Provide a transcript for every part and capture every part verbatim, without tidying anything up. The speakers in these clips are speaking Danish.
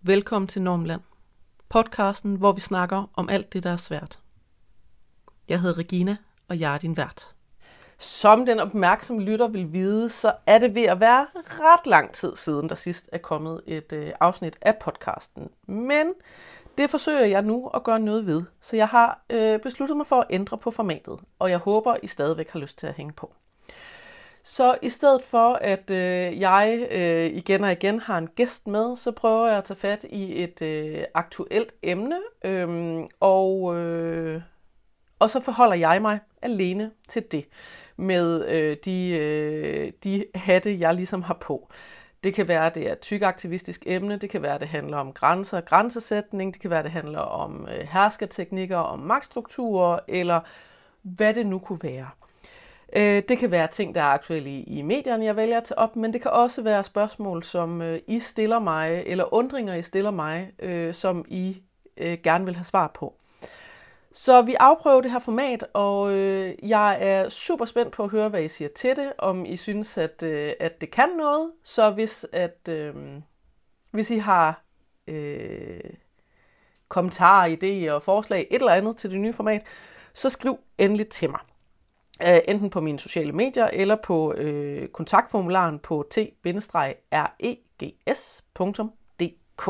Velkommen til Normland, podcasten, hvor vi snakker om alt det, der er svært. Jeg hedder Regina, og jeg er din vært. Som den opmærksomme lytter vil vide, så er det ved at være ret lang tid siden, der sidst er kommet et øh, afsnit af podcasten. Men det forsøger jeg nu at gøre noget ved, så jeg har øh, besluttet mig for at ændre på formatet, og jeg håber, I stadigvæk har lyst til at hænge på. Så i stedet for, at øh, jeg øh, igen og igen har en gæst med, så prøver jeg at tage fat i et øh, aktuelt emne, øh, og, øh, og så forholder jeg mig alene til det, med øh, de, øh, de hatte, jeg ligesom har på. Det kan være, at det er et tykaktivistisk emne, det kan være, at det handler om grænser og grænsesætning, det kan være, at det handler om øh, herskerteknikker, om magtstrukturer, eller hvad det nu kunne være. Det kan være ting, der er aktuelle i medierne, jeg vælger at tage op, men det kan også være spørgsmål, som I stiller mig, eller undringer, I stiller mig, øh, som I øh, gerne vil have svar på. Så vi afprøver det her format, og øh, jeg er super spændt på at høre, hvad I siger til det, om I synes, at, øh, at det kan noget. Så hvis, at, øh, hvis I har øh, kommentarer, idéer og forslag, et eller andet til det nye format, så skriv endelig til mig. Uh, enten på mine sociale medier eller på øh, kontaktformularen på t bindestreg regs punktum d k.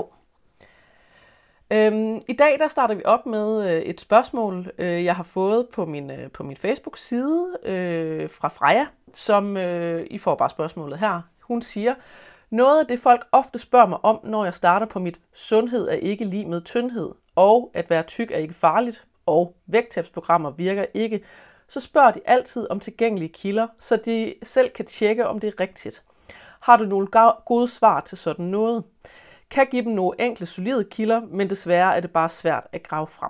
Øhm, I dag der starter vi op med øh, et spørgsmål, øh, jeg har fået på min, øh, på min Facebook-side øh, fra Freja, som øh, I får bare spørgsmålet her. Hun siger, noget af det folk ofte spørger mig om, når jeg starter på mit sundhed er ikke lig med tyndhed, og at være tyk er ikke farligt, og vægttabsprogrammer virker ikke, så spørger de altid om tilgængelige kilder, så de selv kan tjekke, om det er rigtigt. Har du nogle gode svar til sådan noget? Kan give dem nogle enkle, solide kilder, men desværre er det bare svært at grave frem.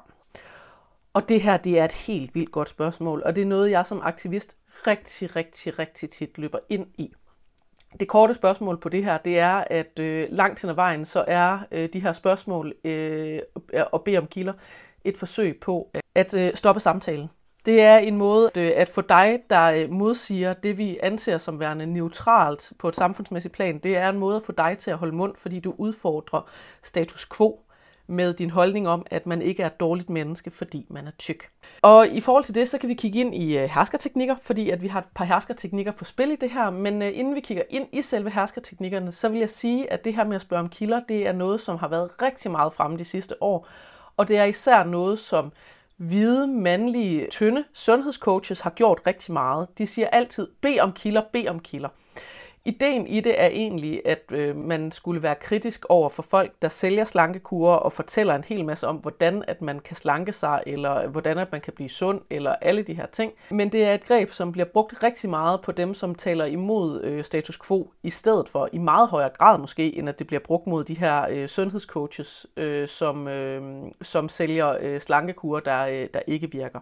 Og det her, det er et helt vildt godt spørgsmål, og det er noget, jeg som aktivist rigtig, rigtig, rigtig tit løber ind i. Det korte spørgsmål på det her, det er, at øh, langt hen ad vejen, så er øh, de her spørgsmål øh, at bede om kilder et forsøg på at øh, stoppe samtalen. Det er en måde at få dig, der modsiger det, vi anser som værende neutralt på et samfundsmæssigt plan, det er en måde at få dig til at holde mund, fordi du udfordrer status quo med din holdning om, at man ikke er et dårligt menneske, fordi man er tyk. Og i forhold til det, så kan vi kigge ind i herskerteknikker, fordi at vi har et par herskerteknikker på spil i det her, men inden vi kigger ind i selve herskerteknikkerne, så vil jeg sige, at det her med at spørge om kilder, det er noget, som har været rigtig meget fremme de sidste år, og det er især noget, som hvide, mandlige, tynde sundhedscoaches har gjort rigtig meget. De siger altid, bed om kilder, bed om kilder. Ideen i det er egentlig, at øh, man skulle være kritisk over for folk, der sælger slankekurer og fortæller en hel masse om, hvordan at man kan slanke sig, eller hvordan at man kan blive sund, eller alle de her ting. Men det er et greb, som bliver brugt rigtig meget på dem, som taler imod øh, status quo, i stedet for, i meget højere grad måske, end at det bliver brugt mod de her øh, sundhedscoaches, øh, som, øh, som sælger øh, slankekurer, der, øh, der ikke virker.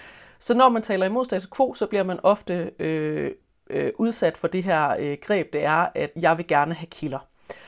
Så når man taler imod status quo, så bliver man ofte øh, Øh, udsat for det her øh, greb, det er, at jeg vil gerne have kilder.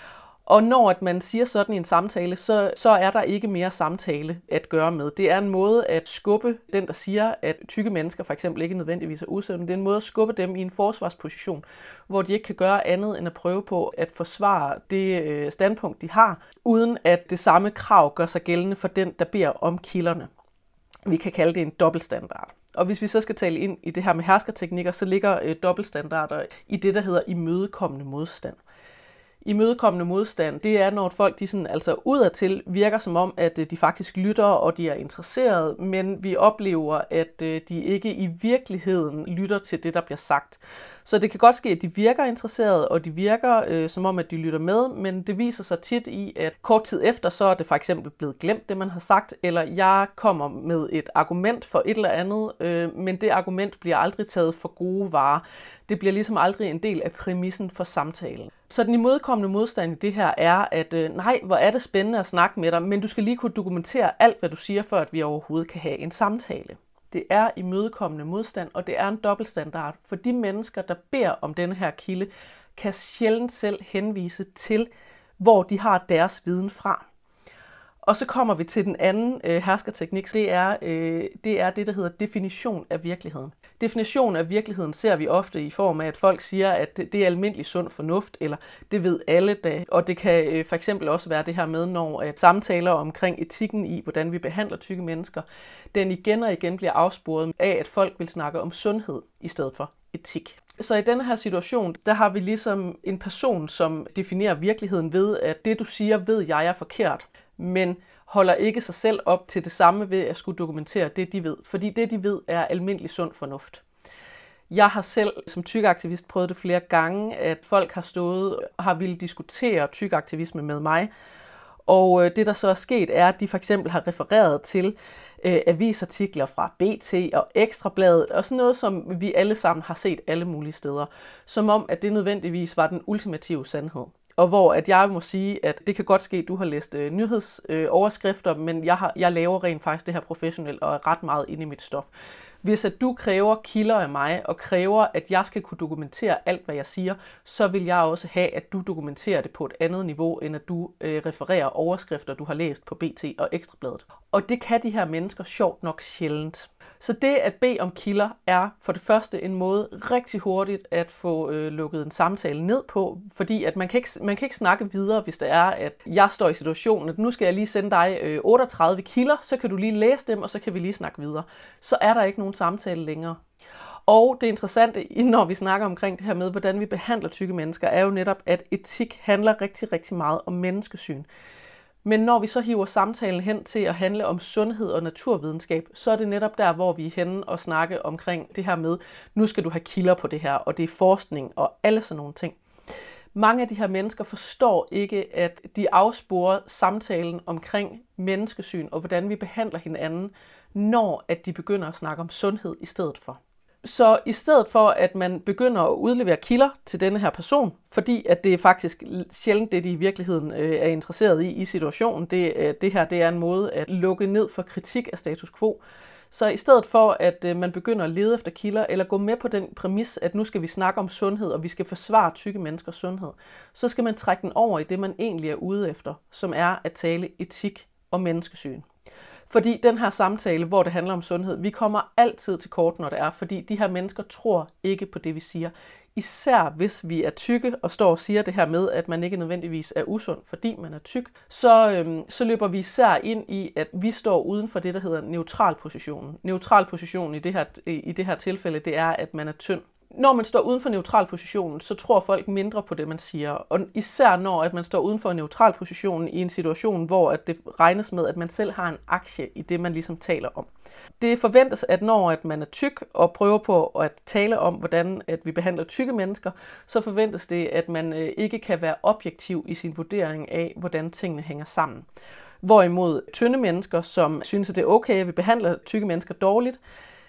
Og når at man siger sådan i en samtale, så, så er der ikke mere samtale at gøre med. Det er en måde at skubbe den, der siger, at tykke mennesker for eksempel ikke nødvendigvis er usunde. Det er en måde at skubbe dem i en forsvarsposition, hvor de ikke kan gøre andet end at prøve på at forsvare det øh, standpunkt, de har, uden at det samme krav gør sig gældende for den, der beder om kilderne. Vi kan kalde det en dobbeltstandard. Og hvis vi så skal tale ind i det her med herskerteknikker, så ligger øh, dobbeltstandarder i det, der hedder imødekommende modstand. Imødekommende modstand, det er, når folk de sådan, altså udadtil virker som om, at øh, de faktisk lytter, og de er interesserede, men vi oplever, at øh, de ikke i virkeligheden lytter til det, der bliver sagt. Så det kan godt ske, at de virker interesserede, og de virker øh, som om, at de lytter med, men det viser sig tit i, at kort tid efter, så er det for eksempel blevet glemt, det man har sagt, eller jeg kommer med et argument for et eller andet, øh, men det argument bliver aldrig taget for gode varer. Det bliver ligesom aldrig en del af præmissen for samtalen. Så den imødekommende modstand i det her er, at øh, nej, hvor er det spændende at snakke med dig, men du skal lige kunne dokumentere alt, hvad du siger, for at vi overhovedet kan have en samtale. Det er imødekommende modstand, og det er en dobbeltstandard, for de mennesker, der beder om denne her kilde, kan sjældent selv henvise til, hvor de har deres viden fra. Og så kommer vi til den anden øh, herskerteknik. Det er, øh, det er det, der hedder definition af virkeligheden. Definition af virkeligheden ser vi ofte i form af, at folk siger, at det er almindelig sund fornuft, eller det ved alle da. Og det kan øh, for eksempel også være det her med, når at samtaler omkring etikken i, hvordan vi behandler tykke mennesker, den igen og igen bliver afsporet af, at folk vil snakke om sundhed i stedet for etik. Så i denne her situation, der har vi ligesom en person, som definerer virkeligheden ved, at det du siger, ved jeg er forkert, men holder ikke sig selv op til det samme ved at skulle dokumentere det, de ved. Fordi det, de ved, er almindelig sund fornuft. Jeg har selv som tykaktivist prøvet det flere gange, at folk har stået og har ville diskutere tykaktivisme med mig. Og det, der så er sket, er, at de for eksempel har refereret til øh, avisartikler fra B T og Ekstrabladet, og sådan noget, som vi alle sammen har set alle mulige steder. Som om, at det nødvendigvis var den ultimative sandhed. Og hvor at jeg må sige, at det kan godt ske, at du har læst øh, nyhedsoverskrifter, øh, men jeg, har, jeg laver rent faktisk det her professionelt og er ret meget inde i mit stof. Hvis at du kræver kilder af mig og kræver, at jeg skal kunne dokumentere alt, hvad jeg siger, så vil jeg også have, at du dokumenterer det på et andet niveau, end at du øh, refererer overskrifter, du har læst på B T og Ekstrabladet. Og det kan de her mennesker sjovt nok sjældent. Så det at bede om kilder er for det første en måde rigtig hurtigt at få øh, lukket en samtale ned på, fordi at man kan, ikke, man kan ikke snakke videre, hvis det er, at jeg står i situationen, at nu skal jeg lige sende dig øh, otteogtredive kilder, så kan du lige læse dem, og så kan vi lige snakke videre. Så er der ikke nogen samtale længere. Og det interessante, når vi snakker omkring det her med, hvordan vi behandler tykke mennesker, er jo netop, at etik handler rigtig, rigtig meget om menneskesyn. Men når vi så hiver samtalen hen til at handle om sundhed og naturvidenskab, så er det netop der, hvor vi er henne og snakke omkring det her med, nu skal du have kilder på det her, og det er forskning og alle sådan nogle ting. Mange af de her mennesker forstår ikke, at de afsporer samtalen omkring menneskesyn og hvordan vi behandler hinanden, når at de begynder at snakke om sundhed i stedet for. Så i stedet for, at man begynder at udlevere kilder til denne her person, fordi at det er faktisk sjældent det, de i virkeligheden øh, er interesseret i i situationen, det, øh, det her det er en måde at lukke ned for kritik af status quo. Så i stedet for, at øh, man begynder at lede efter kilder, eller gå med på den præmis, at nu skal vi snakke om sundhed, og vi skal forsvare tykke menneskers sundhed, så skal man trække den over i det, man egentlig er ude efter, som er at tale etik og menneskesyn. Fordi den her samtale, hvor det handler om sundhed, vi kommer altid til kort, når det er, fordi de her mennesker tror ikke på det, vi siger. Især hvis vi er tykke og står og siger det her med, at man ikke nødvendigvis er usund, fordi man er tyk, så, øhm, så løber vi især ind i, at vi står uden for det, der hedder neutralpositionen. Neutralpositionen i det her, i det her tilfælde, det er, at man er tynd. Når man står uden for neutralpositionen, så tror folk mindre på det, man siger. Og især når at man står uden for neutralpositionen i en situation, hvor at det regnes med, at man selv har en aktie i det, man ligesom taler om. Det forventes, at når at man er tyk og prøver på at tale om, hvordan at vi behandler tykke mennesker, så forventes det, at man ikke kan være objektiv i sin vurdering af, hvordan tingene hænger sammen. Hvorimod tynde mennesker, som synes, at det er okay, at vi behandler tykke mennesker dårligt,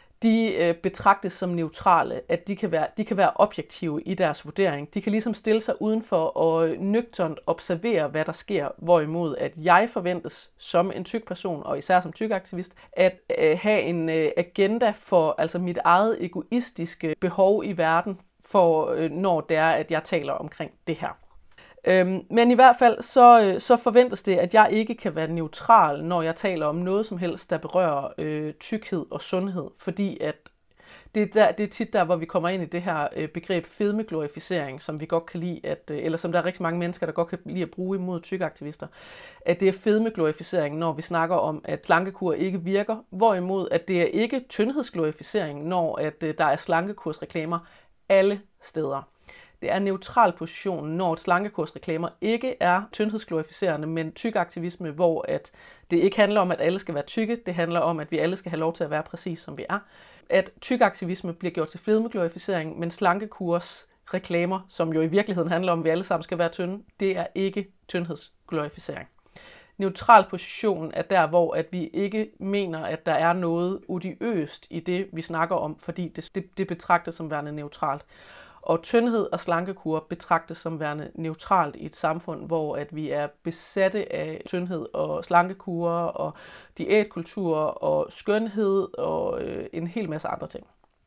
de øh, betragtes som neutrale, at de kan, være, de kan være objektive i deres vurdering. De kan ligesom stille sig udenfor og nøgternt observere, hvad der sker, hvorimod at jeg forventes som en tyk person, og især som tykaktivist, at øh, have en øh, agenda for altså mit eget egoistiske behov i verden, for øh, når det er, at jeg taler omkring det her. Øhm, men i hvert fald så, så forventes det, at jeg ikke kan være neutral, når jeg taler om noget som helst, der berører øh, tykkhed og sundhed, fordi at det er, der, det er tit der, hvor vi kommer ind i det her øh, begreb fedmeglorificering, som vi godt kan lide, at, øh, eller som der er rigtig mange mennesker, der godt kan lide at bruge imod tykaktivister, at det er fedmeglorificering, når vi snakker om, at slankekur ikke virker, hvorimod at det er ikke tyndhedsglorificering, når at, øh, der er slankekursreklamer alle steder. Det er neutral position, når slankekursreklamer ikke er tyndhedsglorificerende, men tykaktivisme, hvor at det ikke handler om, at alle skal være tykke, det handler om, at vi alle skal have lov til at være præcis, som vi er. At tykaktivisme bliver gjort til fedmeglorificering, men slankekursreklamer, som jo i virkeligheden handler om, at vi alle sammen skal være tynde, det er ikke tyndhedsglorificering. Neutral position er der, hvor at vi ikke mener, at der er noget odiøst i det, vi snakker om, fordi det, det, det betragtes som værende neutralt. Og tyndhed og slankekur betragtes som værende neutralt i et samfund, hvor at vi er besatte af tyndhed og slankekur og diætkultur og skønhed og øh, en hel masse andre ting.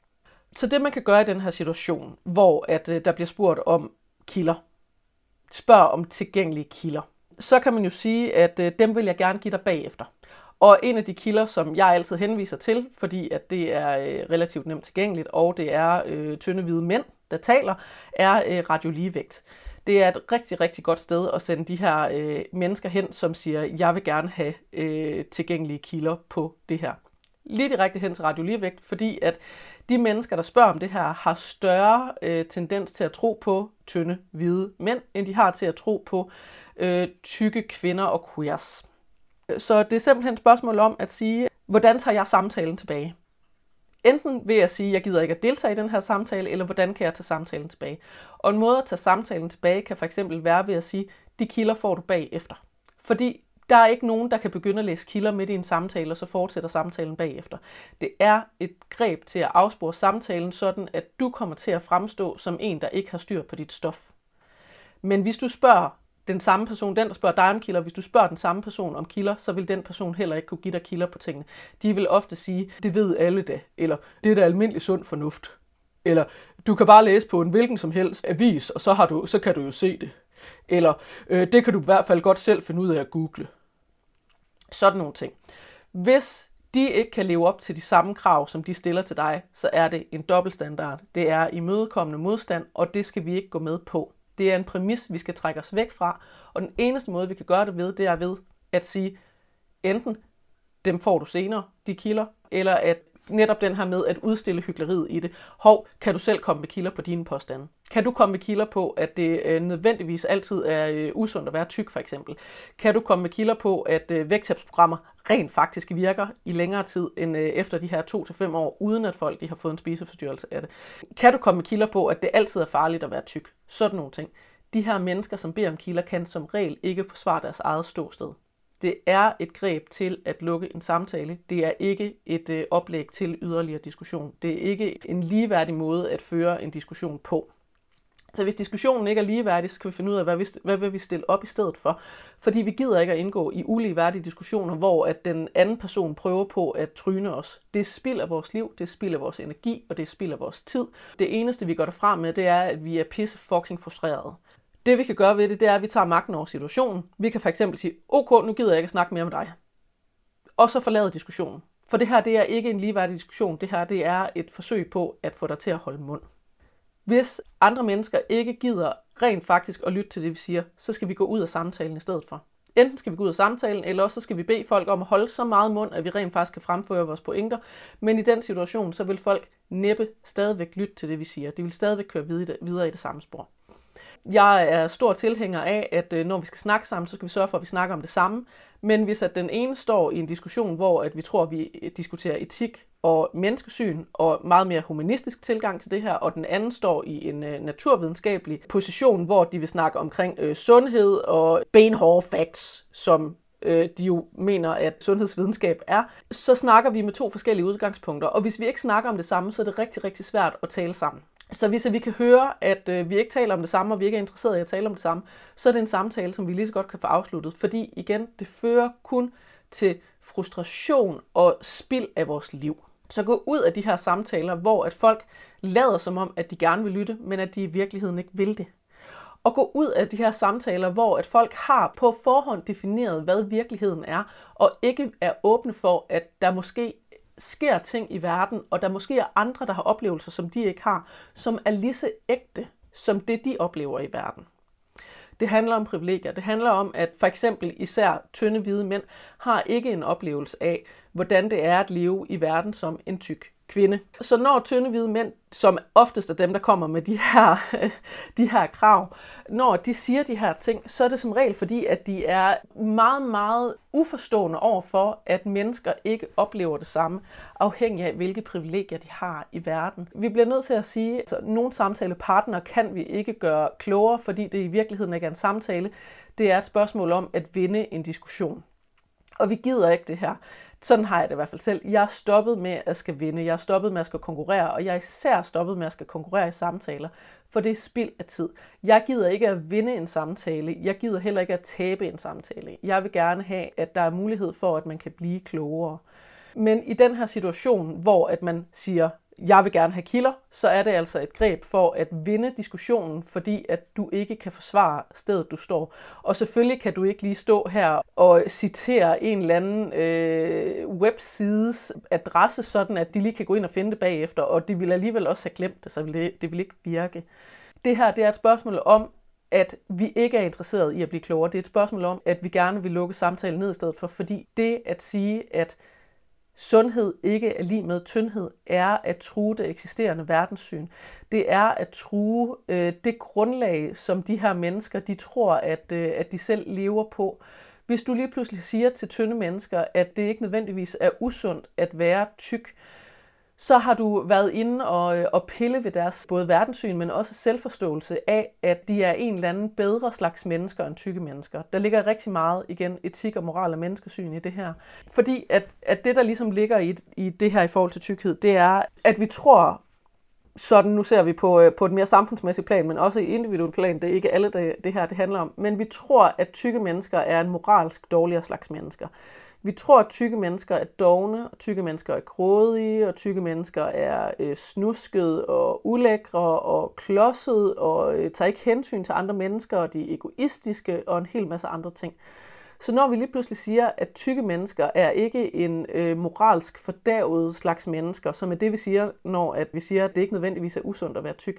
Så det man kan gøre i den her situation, hvor at, øh, der bliver spurgt om kilder, spørg om tilgængelige kilder. så kan man jo sige, at øh, dem vil jeg gerne give dig bagefter. Og en af de kilder, som jeg altid henviser til, fordi at det er øh, relativt nemt tilgængeligt, og det er øh, tynde hvide mænd, der taler, er øh, Radio Ligevægt. Det er et rigtig, rigtig godt sted at sende de her øh, mennesker hen, som siger, jeg vil gerne have øh, tilgængelige kilder på det her. Lige direkte hen til Radio Ligevægt, fordi at de mennesker, der spørger om det her, har større øh, tendens til at tro på tynde hvide mænd, end de har til at tro på øh, tykke kvinder og queers. Så det er simpelthen et spørgsmål om at sige, hvordan tager jeg samtalen tilbage? Enten ved at sige, at jeg gider ikke at deltage i den her samtale, eller hvordan kan jeg tage samtalen tilbage? Og en måde at tage samtalen tilbage kan for eksempel være ved at sige, de kilder får du bagefter. Fordi der er ikke nogen, der kan begynde at læse kilder midt i en samtale, og så fortsætter samtalen bagefter. Det er et greb til at afspore samtalen, sådan at du kommer til at fremstå som en, der ikke har styr på dit stof. Men hvis du spørger den samme person, den der spørger dig om kilder, hvis du spørger den samme person om kilder, så vil den person heller ikke kunne give dig kilder på tingene. De vil ofte sige, det ved alle da, eller det er da almindelig sund fornuft. Eller du kan bare læse på en hvilken som helst avis, og så, har du, så kan du jo se det. Eller øh, det kan du i hvert fald godt selv finde ud af at google. Sådan nogle ting. Hvis de ikke kan leve op til de samme krav, som de stiller til dig, så er det en dobbeltstandard. Det er imødekommende modstand, og det skal vi ikke gå med på. Det er en præmis, vi skal trække os væk fra, og den eneste måde, vi kan gøre det ved, det er ved at sige, enten dem får du senere, de kilder, eller at netop den her med at udstille hykleriet i det. Hov, kan du selv komme med kilder på dine påstande? Kan du komme med kilder på, at det øh, nødvendigvis altid er øh, usundt at være tyk, for eksempel? Kan du komme med kilder på, at øh, vægttabsprogrammer rent faktisk virker i længere tid end øh, efter de her to til fem år, uden at folk de har fået en spiseforstyrrelse af det? Kan du komme med kilder på, at det altid er farligt at være tyk? Sådan nogle ting. De her mennesker, som beder om kilder, kan som regel ikke forsvare deres eget ståsted. Det er et greb til at lukke en samtale. Det er ikke et øh, oplæg til yderligere diskussion. Det er ikke en ligeværdig måde at føre en diskussion på. Så hvis diskussionen ikke er ligeværdig, så skal vi finde ud af, hvad vi, hvad vil vi stille op i stedet for. Fordi vi gider ikke at indgå i uligeværdige diskussioner, hvor at den anden person prøver på at tryne os. Det spilder vores liv, det spilder vores energi, og det spilder vores tid. Det eneste, vi går derfra med, det er, at vi er pisse fucking frustrerede. Det vi kan gøre ved det, det er, at vi tager magten over situationen. Vi kan for eksempel sige, ok, nu gider jeg ikke at snakke mere med dig. Og så forlade diskussionen. For det her, det er ikke en ligeværdig diskussion. Det her, det er et forsøg på at få dig til at holde mund. Hvis andre mennesker ikke gider rent faktisk at lytte til det, vi siger, så skal vi gå ud af samtalen i stedet for. Enten skal vi gå ud af samtalen, eller også så skal vi bede folk om at holde så meget mund, at vi rent faktisk kan fremføre vores pointer. Men i den situation, så vil folk næppe stadigvæk lytte til det, vi siger. De vil stadigvæk køre videre i det samme spor. Jeg er stor tilhænger af, at når vi skal snakke sammen, så skal vi sørge for, at vi snakker om det samme. Men hvis at den ene står i en diskussion, hvor at vi tror, at vi diskuterer etik og menneskesyn og meget mere humanistisk tilgang til det her, og den anden står i en uh, naturvidenskabelig position, hvor de vil snakke omkring uh, sundhed og benhårde facts, som uh, de jo mener, at sundhedsvidenskab er, så snakker vi med to forskellige udgangspunkter. Og hvis vi ikke snakker om det samme, så er det rigtig, rigtig svært at tale sammen. Så hvis vi kan høre, at øh, vi ikke taler om det samme, og vi ikke er interesseret i at tale om det samme, så er det en samtale, som vi lige så godt kan få afsluttet. Fordi igen, det fører kun til frustration og spild af vores liv. Så gå ud af de her samtaler, hvor at folk lader som om, at de gerne vil lytte, men at de i virkeligheden ikke vil det. Og gå ud af de her samtaler, hvor at folk har på forhånd defineret, hvad virkeligheden er, og ikke er åbne for, at der måske sker ting i verden, og der måske er andre, der har oplevelser, som de ikke har, som er lige så ægte, som det de oplever i verden. Det handler om privilegier. Det handler om, at for eksempel især tynde hvide mænd har ikke en oplevelse af, hvordan det er at leve i verden som en tyk kvinde. Så når tynde hvide mænd, som oftest er dem, der kommer med de her, de her krav, når de siger de her ting, så er det som regel fordi, at de er meget, meget uforstående over for, at mennesker ikke oplever det samme, afhængig af, hvilke privilegier de har i verden. Vi bliver nødt til at sige, at nogle samtalepartnere kan vi ikke gøre klogere, fordi det i virkeligheden ikke er en samtale. Det er et spørgsmål om at vinde en diskussion. Og vi gider ikke det her. Sådan har jeg det i hvert fald selv. Jeg er stoppet med at skal vinde. Jeg er stoppet med at skal konkurrere. Og jeg er især stoppet med at skal konkurrere i samtaler. For det er spild af tid. Jeg gider ikke at vinde en samtale. Jeg gider heller ikke at tabe en samtale. Jeg vil gerne have, at der er mulighed for, at man kan blive klogere. Men i den her situation, hvor at man siger, jeg vil gerne have kilder, så er det altså et greb for at vinde diskussionen, fordi at du ikke kan forsvare stedet, du står. Og selvfølgelig kan du ikke lige stå her og citere en eller anden øh, websides adresse, sådan at de lige kan gå ind og finde det bagefter, og de vil alligevel også have glemt det, så det, det vil ikke virke. Det her det er et spørgsmål om, at vi ikke er interesseret i at blive klogere. Det er et spørgsmål om, at vi gerne vil lukke samtalen ned i stedet for, fordi det at sige, at sundhed ikke er lig med tyndhed, er at true det eksisterende verdenssyn. Det er at true øh, det grundlag, som de her mennesker, de tror, at, øh, at de selv lever på. Hvis du lige pludselig siger til tynde mennesker, at det ikke nødvendigvis er usundt at være tyk, så har du været inde og, og pille ved deres både verdenssyn, men også selvforståelse af, at de er en eller anden bedre slags mennesker end tykke mennesker. Der ligger rigtig meget, igen, etik og moral og menneskesyn i det her. Fordi at, at det, der ligesom ligger i, i det her i forhold til tykkhed, det er, at vi tror, sådan nu ser vi på, på et mere samfundsmæssigt plan, men også i individuelt plan, det er ikke alle det, det her, det handler om, men vi tror, at tykke mennesker er en moralsk dårligere slags mennesker. Vi tror, at tykke mennesker er dovne, og tykke mennesker er grådige, og tykke mennesker er øh, snuskede og ulækre og klodsede, og øh, tager ikke hensyn til andre mennesker, og de er egoistiske, og en hel masse andre ting. Så når vi lige pludselig siger, at tykke mennesker er ikke en øh, moralsk fordærvet slags mennesker, som er det, vi siger, når at vi siger, at det ikke nødvendigvis er usundt at være tyk,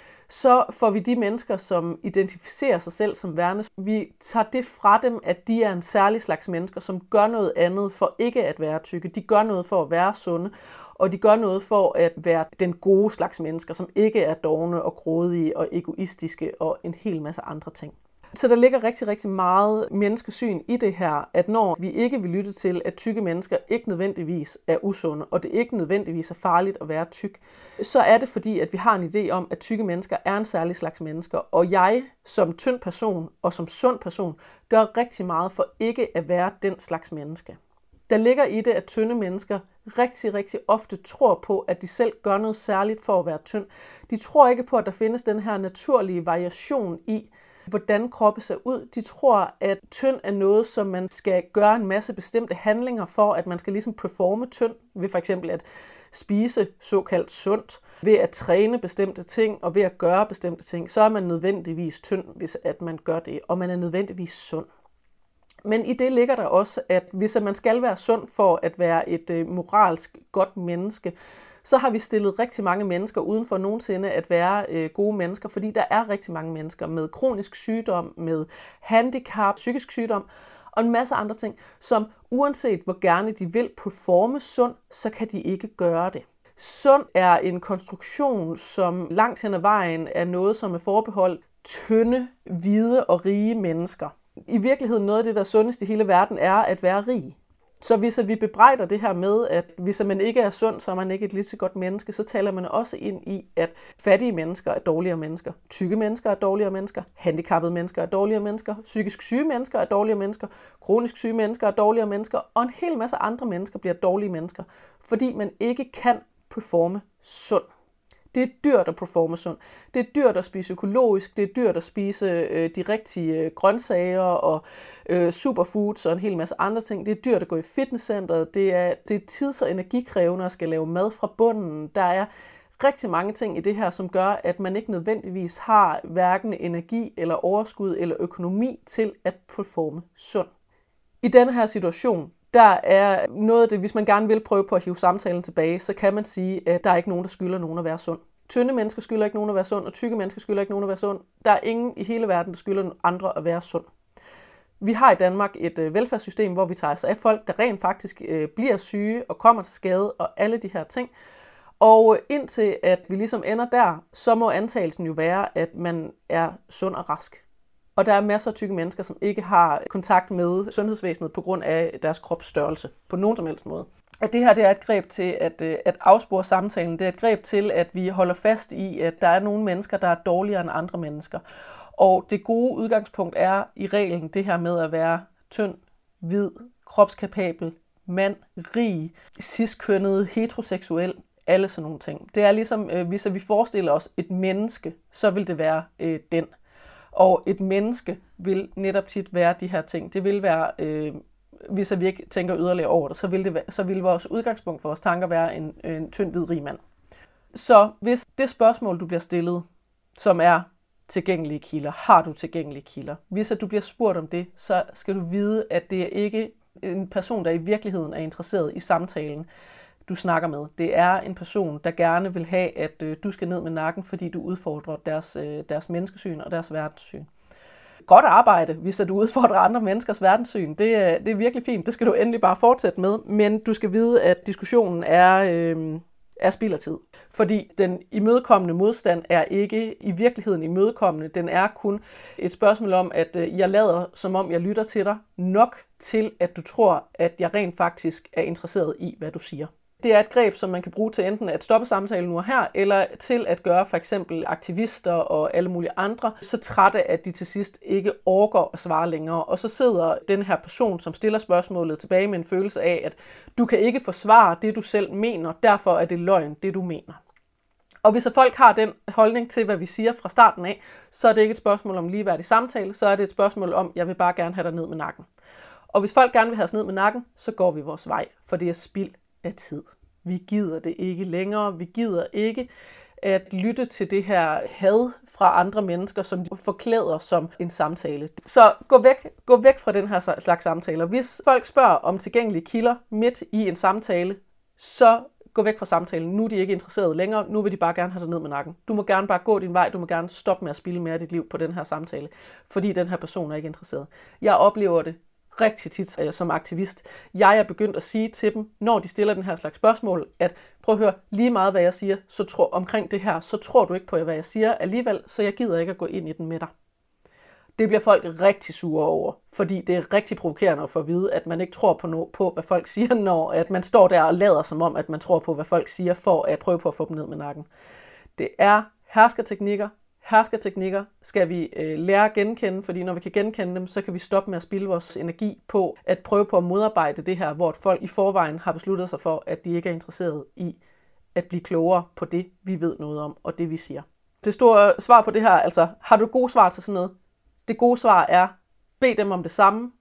så får vi de mennesker, som identificerer sig selv som værende, vi tager det fra dem, at de er en særlig slags mennesker, som gør noget andet for ikke at være tykke. De gør noget for at være sunde, og de gør noget for at være den gode slags mennesker, som ikke er dovne og grådige og egoistiske og en hel masse andre ting. Så der ligger rigtig, rigtig meget menneskesyn i det her, at når vi ikke vil lytte til, at tykke mennesker ikke nødvendigvis er usunde, og det ikke nødvendigvis er farligt at være tyk, så er det fordi, at vi har en idé om, at tykke mennesker er en særlig slags mennesker, og jeg som tynd person og som sund person gør rigtig meget for ikke at være den slags menneske. Der ligger i det, at tynde mennesker rigtig, rigtig ofte tror på, at de selv gør noget særligt for at være tynd. De tror ikke på, at der findes den her naturlige variation i, hvordan kroppen ser ud. De tror, at tynd er noget, som man skal gøre en masse bestemte handlinger for, at man skal ligesom performe tynd, ved for eksempel at spise såkaldt sundt, ved at træne bestemte ting og ved at gøre bestemte ting, så er man nødvendigvis tynd, hvis at man gør det, og man er nødvendigvis sund. Men i det ligger der også, at hvis man skal være sund for at være et moralsk godt menneske, så har vi stillet rigtig mange mennesker uden for nogensinde at være øh, gode mennesker, fordi der er rigtig mange mennesker med kronisk sygdom, med handicap, psykisk sygdom og en masse andre ting, som uanset hvor gerne de vil performe sund, så kan de ikke gøre det. Sund er en konstruktion, som langt hen ad vejen er noget, som er forbeholdt tynde, hvide og rige mennesker. I virkeligheden noget af det, der er sundest i hele verden, er at være rig. Så hvis vi bebrejder det her med, at hvis man ikke er sund, så er man ikke et lige så godt menneske, så taler man også ind i, at fattige mennesker er dårligere mennesker, tykke mennesker er dårligere mennesker, handicappede mennesker er dårligere mennesker, psykisk syge mennesker er dårligere mennesker, kronisk syge mennesker er dårligere mennesker, og en hel masse andre mennesker bliver dårlige mennesker, fordi man ikke kan performe sund. Det er dyrt at performe sund. Det er dyrt at spise økologisk. Det er dyrt at spise øh, de rigtige øh, grøntsager og øh, superfoods og en hel masse andre ting. Det er dyrt at gå i fitnesscenteret. Det er, det er tids- og energikrævende at skal lave mad fra bunden. Der er rigtig mange ting i det her, som gør, at man ikke nødvendigvis har hverken energi eller overskud eller økonomi til at performe sund. I denne her situation, der er noget af det, hvis man gerne vil prøve på at hive samtalen tilbage, så kan man sige, at der er ikke nogen, der skylder nogen at være sund. Tynde mennesker skylder ikke nogen at være sund, og tykke mennesker skylder ikke nogen at være sund. Der er ingen i hele verden, der skylder andre at være sund. Vi har i Danmark et velfærdssystem, hvor vi tager os af folk, der rent faktisk bliver syge og kommer til skade og alle de her ting. Og indtil at vi ligesom ender der, så må antagelsen jo være, at man er sund og rask. Og der er masser af tykke mennesker, som ikke har kontakt med sundhedsvæsenet på grund af deres kropsstørrelse på nogen som helst måde. At det her det er et greb til at, at afspore samtalen. Det er et greb til, at vi holder fast i, at der er nogle mennesker, der er dårligere end andre mennesker. Og det gode udgangspunkt er i reglen det her med at være tynd, hvid, kropskapabel, mand, rig, ciskønnet, heteroseksuel, alle sådan nogle ting. Det er ligesom, hvis vi forestiller os et menneske, så vil det være øh, den. Og et menneske vil netop tit være de her ting. Det vil være, øh, hvis vi ikke tænker yderligere over det, så vil, det være, så vil vores udgangspunkt for vores tanker være en, en tynd, hvid, rig mand. Så hvis det spørgsmål, du bliver stillet, som er tilgængelige kilder, har du tilgængelige kilder? Hvis at du bliver spurgt om det, så skal du vide, at det er ikke en person, der i virkeligheden er interesseret i samtalen, du snakker med. Det er en person, der gerne vil have, at øh, du skal ned med nakken, fordi du udfordrer deres, øh, deres menneskesyn og deres verdenssyn. Godt arbejde, hvis at du udfordrer andre menneskers verdenssyn. Det er, det er virkelig fint. Det skal du endelig bare fortsætte med. Men du skal vide, at diskussionen er, øh, er spild af tid. Fordi den imødekommende modstand er ikke i virkeligheden imødekommende. Den er kun et spørgsmål om, at øh, jeg lader, som om jeg lytter til dig, nok til, at du tror, at jeg rent faktisk er interesseret i, hvad du siger. Det er et greb, som man kan bruge til enten at stoppe samtalen nu og her, eller til at gøre for eksempel aktivister og alle mulige andre så trætte, at de til sidst ikke orker at svare længere. Og så sidder den her person, som stiller spørgsmålet, tilbage med en følelse af, at du kan ikke forsvare det, du selv mener, derfor er det løgn, det du mener. Og hvis folk har den holdning til, hvad vi siger fra starten af, så er det ikke et spørgsmål om ligeværdig samtale, så er det et spørgsmål om, jeg vil bare gerne have dig ned med nakken. Og hvis folk gerne vil have os ned med nakken, så går vi vores vej, for det er spild af tid. Vi gider det ikke længere. Vi gider ikke at lytte til det her had fra andre mennesker, som de forklæder som en samtale. Så gå væk, gå væk fra den her slags samtaler. Hvis folk spørger om tilgængelige kilder midt i en samtale, så gå væk fra samtalen. Nu er de ikke interesserede længere. Nu vil de bare gerne have dig ned med nakken. Du må gerne bare gå din vej. Du må gerne stoppe med at spilde mere af dit liv på den her samtale, fordi den her person er ikke interesseret. Jeg oplever det rigtig tit øh, som aktivist. Jeg er begyndt at sige til dem, når de stiller den her slags spørgsmål, at prøv at høre, lige meget hvad jeg siger, så tro, omkring det her, så tror du ikke på, hvad jeg siger alligevel, så jeg gider ikke at gå ind i den med dig. Det bliver folk rigtig sure over, fordi det er rigtig provokerende at få at vide, at man ikke tror på, no- på hvad folk siger, når at man står der og lader som om, at man tror på, hvad folk siger, for at prøve på at få dem ned med nakken. Det er herskerteknikker. Herskerteknikker skal vi øh, lære at genkende, fordi når vi kan genkende dem, så kan vi stoppe med at spilde vores energi på at prøve på at modarbejde det her, hvor folk i forvejen har besluttet sig for, at de ikke er interesseret i at blive klogere på det, vi ved noget om, og det vi siger. Det store svar på det her, altså har du gode svar til sådan noget? Det gode svar er, bed dem om det samme.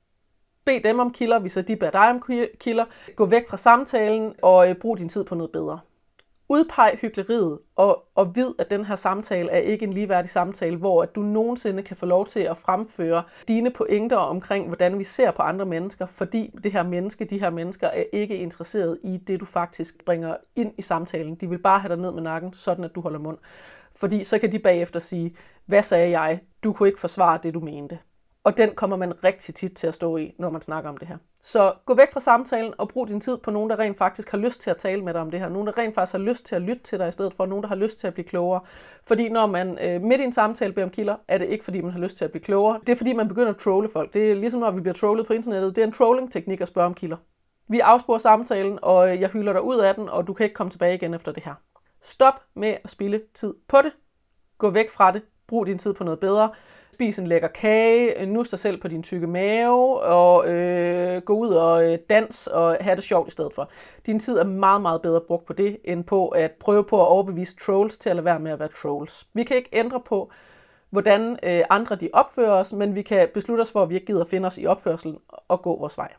Bed dem om kilder, hvis de beder dig om kilder. Gå væk fra samtalen og øh, brug din tid på noget bedre. Udpeg hykleriet og, og vid, at den her samtale er ikke en ligeværdig samtale, hvor at du nogensinde kan få lov til at fremføre dine pointer omkring, hvordan vi ser på andre mennesker, fordi det her menneske, de her mennesker er ikke interesseret i det, du faktisk bringer ind i samtalen. De vil bare have dig ned med nakken, sådan at du holder mund. Fordi så kan de bagefter sige, hvad sagde jeg? Du kunne ikke forsvare det, du mente. Og den kommer man rigtig tit til at stå i, når man snakker om det her. Så gå væk fra samtalen og brug din tid på nogen, der rent faktisk har lyst til at tale med dig om det her. Nogen, der rent faktisk har lyst til at lytte til dig i stedet for. Nogen, der har lyst til at blive klogere. Fordi når man øh, midt i en samtale beder om kilder, er det ikke fordi, man har lyst til at blive klogere. Det er fordi, man begynder at trolle folk. Det er ligesom når vi bliver trollet på internettet. Det er en trolling-teknik at spørge om kilder. Vi afsporer samtalen, og jeg hylder dig ud af den, og du kan ikke komme tilbage igen efter det her. Stop med at spilde tid på det. Gå væk fra det. Brug din tid på noget bedre. Spis en lækker kage, nus dig selv på din tykke mave, og øh, gå ud og øh, dans og have det sjovt i stedet for. Din tid er meget, meget bedre brugt på det, end på at prøve på at overbevise trolls til at lade være med at være trolls. Vi kan ikke ændre på, hvordan øh, andre de opfører os, men vi kan beslutte os for, at vi ikke gider at finde os i opførselen og gå vores vej.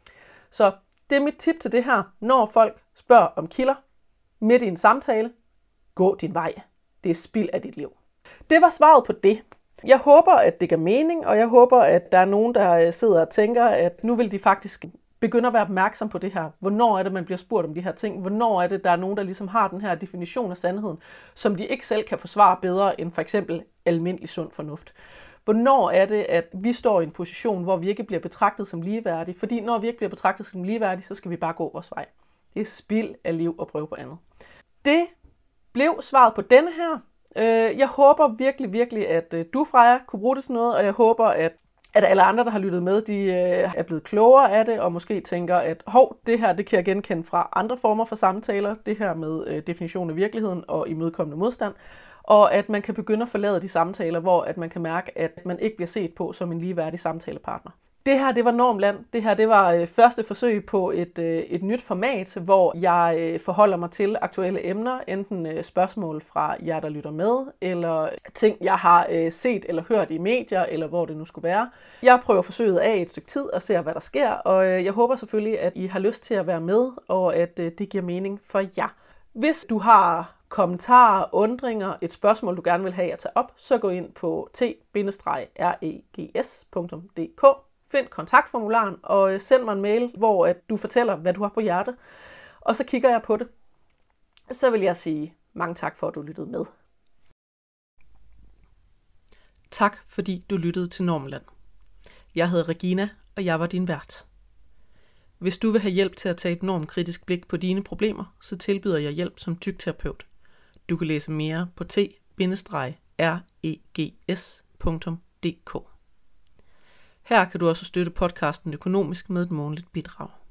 Så det er mit tip til det her. Når folk spørger om kilder midt i en samtale, gå din vej. Det er spild af dit liv. Det var svaret på det. Jeg håber, at det giver mening, og jeg håber, at der er nogen, der sidder og tænker, at nu vil de faktisk begynde at være opmærksom på det her. Hvornår er det, man bliver spurgt om de her ting? Hvornår er det, der er nogen, der ligesom har den her definition af sandheden, som de ikke selv kan forsvare bedre end for eksempel almindelig sund fornuft? Hvornår er det, at vi står i en position, hvor vi ikke bliver betragtet som ligeværdige? Fordi når vi ikke bliver betragtet som ligeværdige, så skal vi bare gå vores vej. Det er spild af liv at prøve på andet. Det blev svaret på denne her. Jeg håber virkelig, virkelig, at du, Freja, kunne bruge det sådan noget, og jeg håber, at, at alle andre, der har lyttet med, de er blevet klogere af det, og måske tænker, at hov, det her, det kan jeg genkende fra andre former for samtaler, det her med definition af virkeligheden og imødekommende modstand, og at man kan begynde at forlade de samtaler, hvor at man kan mærke, at man ikke bliver set på som en ligeværdig samtalepartner. Det her, det var Normland. Det her, det var øh, første forsøg på et, øh, et nyt format, hvor jeg øh, forholder mig til aktuelle emner, enten øh, spørgsmål fra jer, der lytter med, eller ting, jeg har øh, set eller hørt i medier, eller hvor det nu skulle være. Jeg prøver forsøget af et stykke tid og ser, hvad der sker, og øh, jeg håber selvfølgelig, at I har lyst til at være med, og at øh, det giver mening for jer. Hvis du har kommentarer, undringer, et spørgsmål, du gerne vil have, jeg tager op, så gå ind på t regs punktum d k. Find kontaktformularen og send mig en mail, hvor at du fortæller, hvad du har på hjerte. Og så kigger jeg på det. Så vil jeg sige mange tak for, at du lyttede med. Tak fordi du lyttede til Normland. Jeg hedder Regina, og jeg var din vært. Hvis du vil have hjælp til at tage et normkritisk blik på dine problemer, så tilbyder jeg hjælp som tygterapeut. Du kan læse mere på t regs punktum d k. Her kan du også støtte podcasten økonomisk med et månedligt bidrag.